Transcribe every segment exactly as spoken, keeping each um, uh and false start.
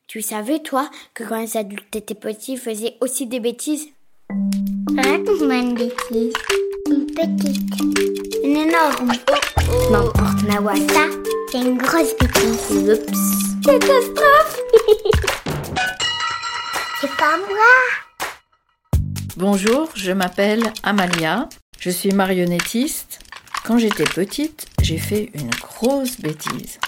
Tu savais, toi, que quand les adultes étaient petits, ils faisaient aussi des bêtises? Raconte-moi une bêtise. Une petite. Une énorme. Oh, oh. N'importe, Mawa. Ça, c'est une grosse bêtise. Oups. Catastrophe. C'est pas moi. Bonjour, je m'appelle Amalia. Je suis marionnettiste. Quand j'étais petite, j'ai fait une grosse bêtise.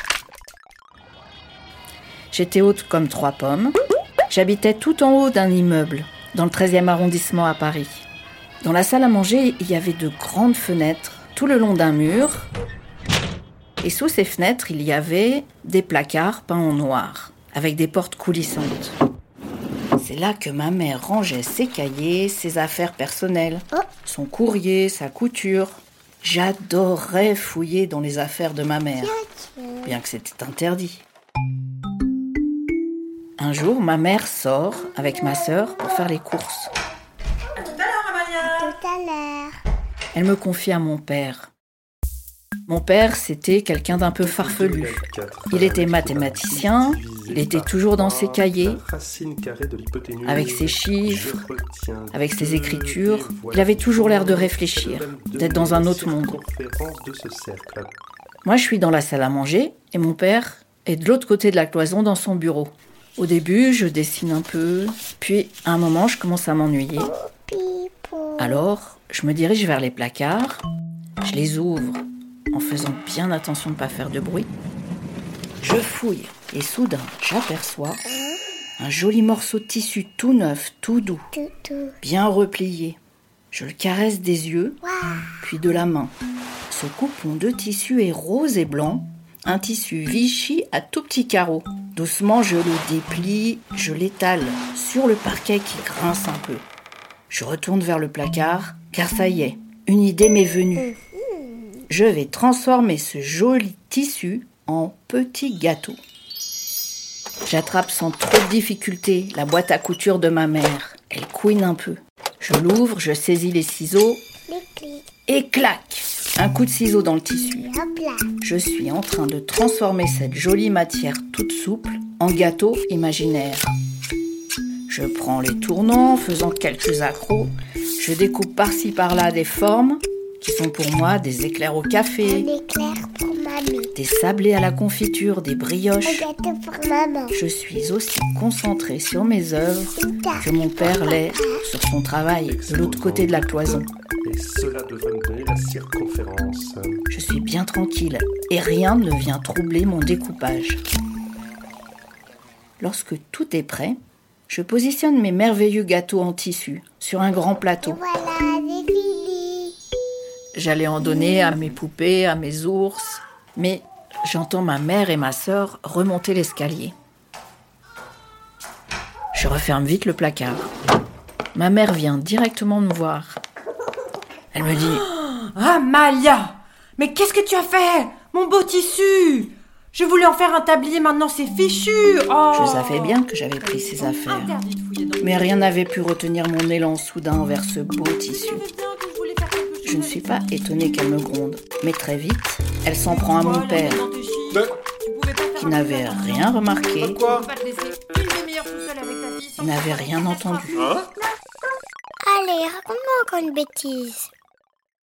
J'étais haute comme trois pommes. J'habitais tout en haut d'un immeuble, dans le treizième arrondissement à Paris. Dans la salle à manger, il y avait de grandes fenêtres, tout le long d'un mur. Et sous ces fenêtres, il y avait des placards peints en noir, avec des portes coulissantes. C'est là que ma mère rangeait ses cahiers, ses affaires personnelles, son courrier, sa couture. J'adorais fouiller dans les affaires de ma mère, bien que c'était interdit. Un jour, ma mère sort avec ma sœur pour faire les courses. À tout à l'heure, Amalia. Tout à l'heure. Elle me confie à mon père. Mon père, c'était quelqu'un d'un peu farfelu. Il était mathématicien, il était toujours dans ses cahiers, avec ses chiffres, avec ses écritures. Il avait toujours l'air de réfléchir, d'être dans un autre monde. Moi, je suis dans la salle à manger et mon père est de l'autre côté de la cloison dans son bureau. Au début, je dessine un peu, puis à un moment, je commence à m'ennuyer. Alors, je me dirige vers les placards, je les ouvre en faisant bien attention de ne pas faire de bruit. Je fouille et soudain, j'aperçois un joli morceau de tissu tout neuf, tout doux, bien replié. Je le caresse des yeux, puis de la main. Ce coupon de tissu est rose et blanc, un tissu Vichy à tout petits carreaux. Doucement, je le déplie, je l'étale sur le parquet qui grince un peu. Je retourne vers le placard, car ça y est, une idée m'est venue. Je vais transformer ce joli tissu en petit gâteau. J'attrape sans trop de difficulté la boîte à couture de ma mère. Elle couine un peu. Je l'ouvre, je saisis les ciseaux et clac! Un coup de ciseau dans le tissu. Je suis en train de transformer cette jolie matière toute souple en gâteau imaginaire. Je prends les tournants, faisant quelques accros. Je découpe par-ci par-là des formes qui sont pour moi des éclairs au café, Un éclair pour mamie. des sablés à la confiture, des brioches. Un gâteau pour maman. Je suis aussi concentrée sur mes œuvres que mon père l'est sur son travail de l'autre côté de la cloison. Et cela devrait nous donner la circonférence. Je suis bien tranquille et rien ne vient troubler mon découpage. Lorsque tout est prêt, je positionne mes merveilleux gâteaux en tissu sur un grand plateau. Voilà, c'est fini. J'allais en donner à mes poupées, à mes ours, mais j'entends ma mère et ma sœur remonter l'escalier. Je referme vite le placard. Ma mère vient directement me voir. Elle me dit Oh, Amalia, mais qu'est-ce que tu as fait? Mon beau tissu. Je voulais en faire un tablier, maintenant c'est fichu. Oh. Je savais bien que j'avais pris ses affaires, Interdit de fouiller dans le- mais rien n'avait pu retenir mon élan soudain vers ce beau tissu. Je savais bien que je voulais faire quelque chose Je ne suis avec pas ça. étonnée qu'elle me gronde, mais très vite, elle s'en prend à Oh, mon la père, tête dans tes chiffres. Mais- Tu pouvais pas faire qui un n'avait truc comme ça. rien remarqué, Quoi? Tu peux pas te laisser une demi-heure tout seul avec ta fille sans qui n'avait que ça rien soit entendu. Hein? Allez, raconte-moi encore une bêtise.